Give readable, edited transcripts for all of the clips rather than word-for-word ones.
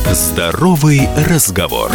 Здоровый разговор.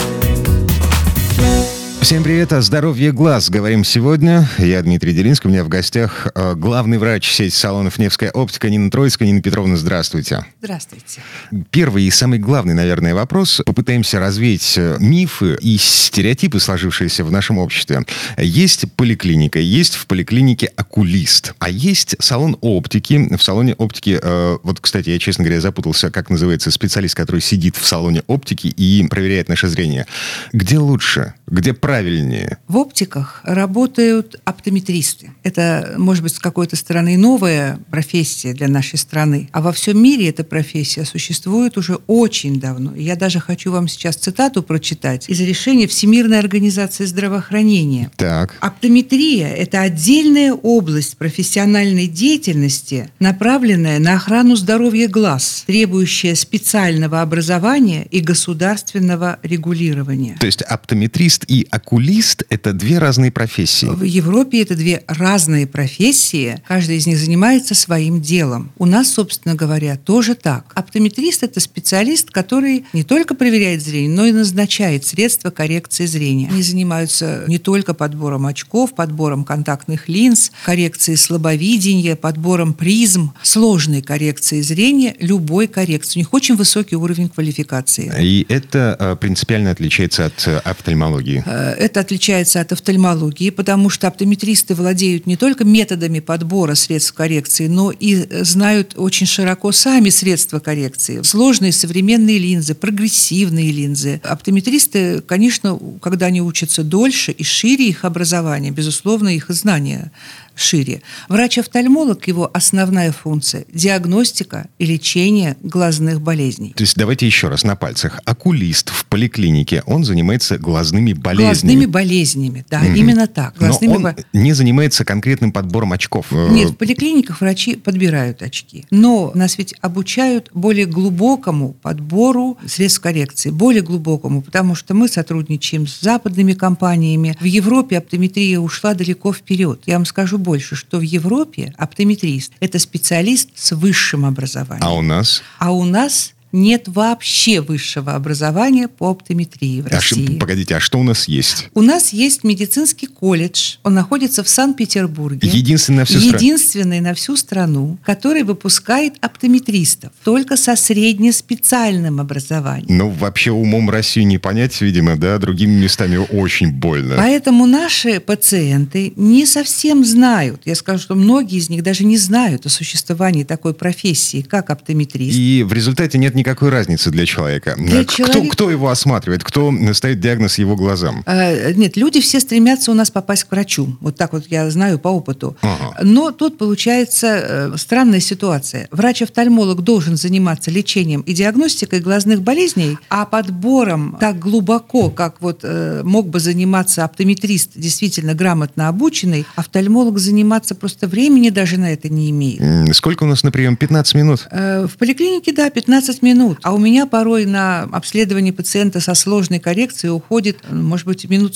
Всем привет, о здоровье глаз говорим сегодня. Я Дмитрий Делинский, у меня в гостях главный врач сети салонов «Невская оптика» Нина Троицкая. Нина Петровна, здравствуйте. Здравствуйте. Первый и самый главный, наверное, вопрос. Попытаемся развеять мифы и стереотипы, сложившиеся в нашем обществе. Есть поликлиника, есть в поликлинике окулист, а есть салон оптики. В салоне оптики, вот, кстати, я, честно говоря, запутался, как называется специалист, который сидит в салоне оптики и проверяет наше зрение. Где лучше? Где правильнее? В оптиках работают оптометристы. Это, может быть, с какой-то стороны новая профессия для нашей страны. А во всем мире эта профессия существует уже очень давно. И я даже хочу вам сейчас цитату прочитать из решения Всемирной организации здравоохранения. Так. Оптометрия – это отдельная область профессиональной деятельности, направленная на охрану здоровья глаз, требующая специального образования и государственного регулирования. То есть оптометрист и окулист – это две разные профессии. В Европе это две разные профессии. Каждая из них занимается своим делом. У нас, собственно говоря, тоже так. Оптометрист – это специалист, который не только проверяет зрение, но и назначает средства коррекции зрения. Они занимаются не только подбором очков, подбором контактных линз, коррекцией слабовидения, подбором призм, сложной коррекцией зрения, любой коррекции. У них очень высокий уровень квалификации. И это принципиально отличается от офтальмологии. Это отличается от офтальмологии, потому что оптометристы владеют не только методами подбора средств коррекции, но и знают очень широко сами средства коррекции. Сложные современные линзы, прогрессивные линзы. Оптометристы, конечно, когда они учатся дольше и шире их образование, безусловно, их знания шире. Врач-офтальмолог, его основная функция – диагностика и лечение глазных болезней. То есть давайте еще раз на пальцах. Окулист в поликлинике, он занимается глазными болезнями. Глазными болезнями, да, именно так. Но он не занимается конкретным подбором очков. Нет, в поликлиниках врачи подбирают очки. Но нас ведь обучают более глубокому подбору средств коррекции. Более глубокому, потому что мы сотрудничаем с западными компаниями. В Европе оптометрия ушла далеко вперед. Я вам скажу больше, что в Европе оптометрист – это специалист с высшим образованием. А у нас? А у нас нет вообще высшего образования по оптометрии в России. Погодите, а что у нас есть? У нас есть медицинский колледж. Он находится в Санкт-Петербурге. Единственный на всю страну? Единственный на всю страну, который выпускает оптометристов. Только со среднеспециальным образованием. Ну, вообще умом Россию не понять, видимо, да? Другими местами очень больно. Поэтому наши пациенты не совсем знают. Я скажу, что многие из них даже не знают о существовании такой профессии, как оптометрист. И в результате нет никакой разницы для человека. Кто его осматривает? Кто ставит диагноз его глазам? Нет, люди все стремятся у нас попасть к врачу. Вот так вот я знаю по опыту. Ага. Но тут получается странная ситуация. Врач-офтальмолог должен заниматься лечением и диагностикой глазных болезней, а подбором так глубоко, как вот мог бы заниматься оптометрист, действительно грамотно обученный, офтальмолог заниматься просто времени даже на это не имеет. Сколько у нас на прием? 15 минут? В поликлинике, да, 15 минут. А у меня порой на обследование пациента со сложной коррекцией уходит, может быть, минут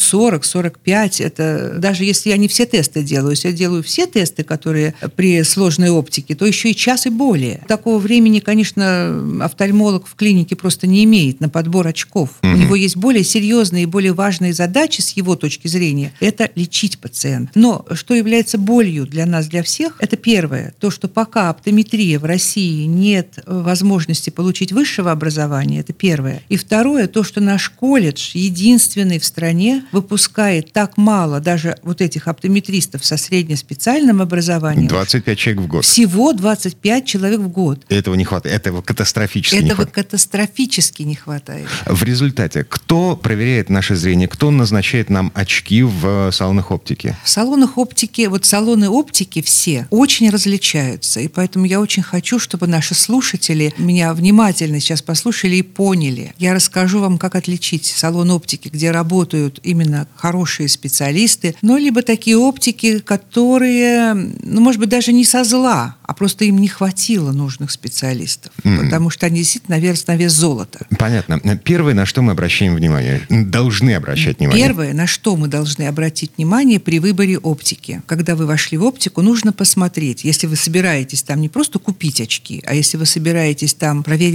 40-45. Это даже если я не все тесты делаю. Если я делаю все тесты, которые при сложной оптике, то еще и час и более. Такого времени, конечно, офтальмолог в клинике просто не имеет на подбор очков. У него есть более серьезные и более важные задачи с его точки зрения. Это лечить пациента. Но что является болью для нас, для всех, это первое. То, что пока оптометрия в России нет возможности получить высшего образования, это первое. И второе, то, что наш колледж единственный в стране выпускает так мало даже вот этих оптометристов со среднеспециальным образованием. 25 человек в год. Всего 25 человек в год. Этого не хватает. Этого катастрофически не хватает. Катастрофически не хватает. В результате, кто проверяет наше зрение, кто назначает нам очки в салонах оптики? В салонах оптики, вот салоны оптики все очень различаются. И поэтому я очень хочу, чтобы наши слушатели меня внимательно сейчас послушали и поняли. Я расскажу вам, как отличить салон оптики, где работают именно хорошие специалисты, но либо такие оптики, которые, может быть, даже не со зла, а просто им не хватило нужных специалистов, потому что они действительно на вес золота. Понятно. Первое, на что мы обращаем внимание, должны обращать внимание. Первое, на что мы должны обратить внимание при выборе оптики. Когда вы вошли в оптику, нужно посмотреть, если вы собираетесь там не просто купить очки, а если вы собираетесь там проверить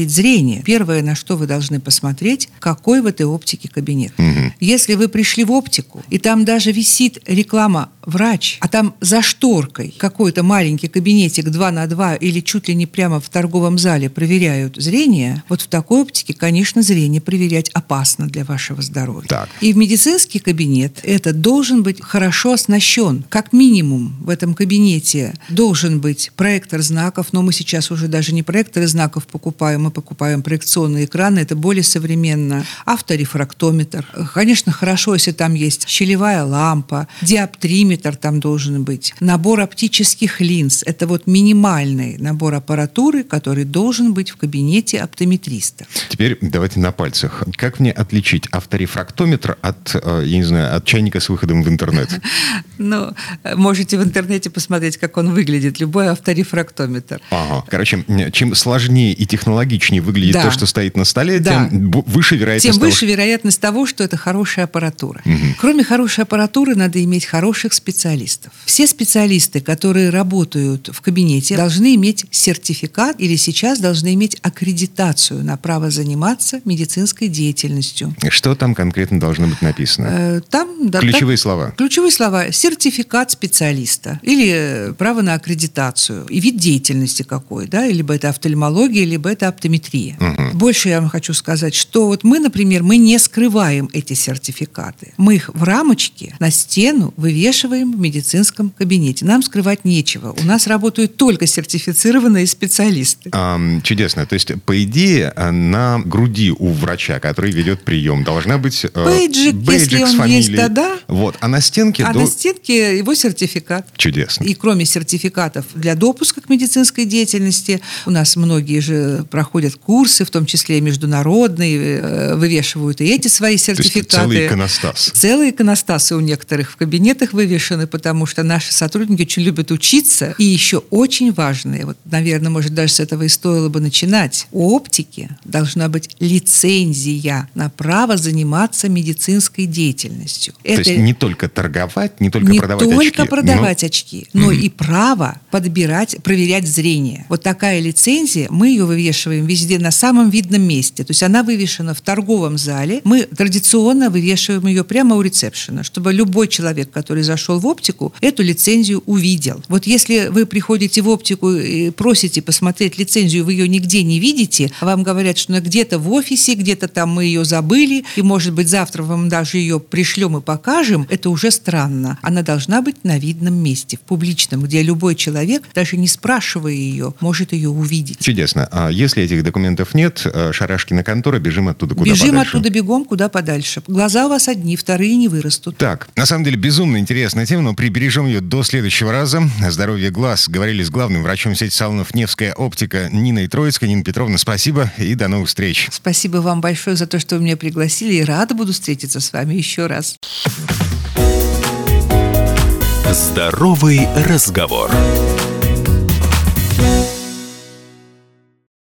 проверить зрение, первое, на что вы должны посмотреть, какой в этой оптике кабинет. Если вы пришли в оптику, и там даже висит реклама «Врач», а там за шторкой какой-то маленький кабинетик 2x2 или чуть ли не прямо в торговом зале проверяют зрение, вот в такой оптике, конечно, зрение проверять опасно для вашего здоровья. Так. И в медицинский кабинет это должен быть хорошо оснащен. Как минимум в этом кабинете должен быть проектор знаков, но мы сейчас уже даже не проекторы знаков покупаем, мы покупаем проекционные экраны, это более современно. Авторефрактометр. Конечно, хорошо, если там есть щелевая лампа, диоптриметр там должен быть, набор оптических линз. Это вот минимальный набор аппаратуры, который должен быть в кабинете оптометриста. Теперь давайте на пальцах. Как мне отличить авторефрактометр от, я не знаю, от чайника с выходом в интернет? Ну, можете в интернете посмотреть, как он выглядит, любой авторефрактометр. Ага. Короче, чем сложнее и технологичнее выглядит Да. то, что стоит на столе, Да. тем выше вероятность Тем того, выше вероятность того, что это хорошая аппаратура. Кроме хорошей аппаратуры, надо иметь хороших специалистов. Все специалисты, которые работают в кабинете, должны иметь сертификат или сейчас должны иметь аккредитацию на право заниматься медицинской деятельностью. Что там конкретно должно быть написано? Там, да, Ключевые слова. Ключевые слова: сертификат специалиста или право на аккредитацию и вид деятельности какой, да, либо это офтальмология, либо это оптометрия. Больше я вам хочу сказать, что вот мы, например, мы не скрываем эти сертификаты. Мы их в рамочке на стену вывешиваем в медицинском кабинете. Нам скрывать нечего. У нас работают только сертифицированные специалисты. Чудесно. То есть, по идее, на груди у врача, который ведет прием, должна быть Бейджик, если с он фамилией. есть, да. Вот. А на стенке... А на стенке его сертификат. Чудесно. И кроме сертификатов для допуска к медицинской деятельности, у нас многие же проходят курсы, в том числе международные, вывешивают и эти свои сертификаты. То есть целый иконостас. Целые иконостасы у некоторых в кабинетах вывешены, потому что наши сотрудники очень любят учиться. И еще очень важное, вот, наверное, может, даже с этого и стоило бы начинать. У оптики должна быть лицензия на право заниматься медицинской деятельностью. То есть не только торговать, не только продавать очки. Не только продавать очки, но и право подбирать, проверять зрение. Вот такая лицензия, мы ее вывешиваем везде на самом видном месте. То есть она вывешена в торговом зале. Мы традиционно вывешиваем ее прямо у ресепшена, чтобы любой человек, который зашел в оптику, эту лицензию увидел. Вот если вы приходите в оптику и просите посмотреть лицензию, вы ее нигде не видите, а вам говорят, что она где-то в офисе, где-то там мы ее забыли, и, может быть, завтра вам даже ее пришлем и покажем, это уже странно. Она должна быть на видном месте, в публичном, где любой человек, даже не спрашивая ее, может ее увидеть. Чудесно. А если этих документов нет, Шарашкина контора, бежим оттуда куда подальше? Бежим оттуда бегом куда подальше. Глаза у вас одни, вторые не вырастут. Так, на самом деле безумно интересная тема, но прибережем ее до следующего раза. О здоровье глаз говорили с главным врачом сети салонов «Невская оптика» Ниной Троицкой. Нина Петровна, спасибо и до новых встреч. Спасибо вам большое за то, что вы меня пригласили, и рада буду встретиться с вами еще раз. Здоровый разговор.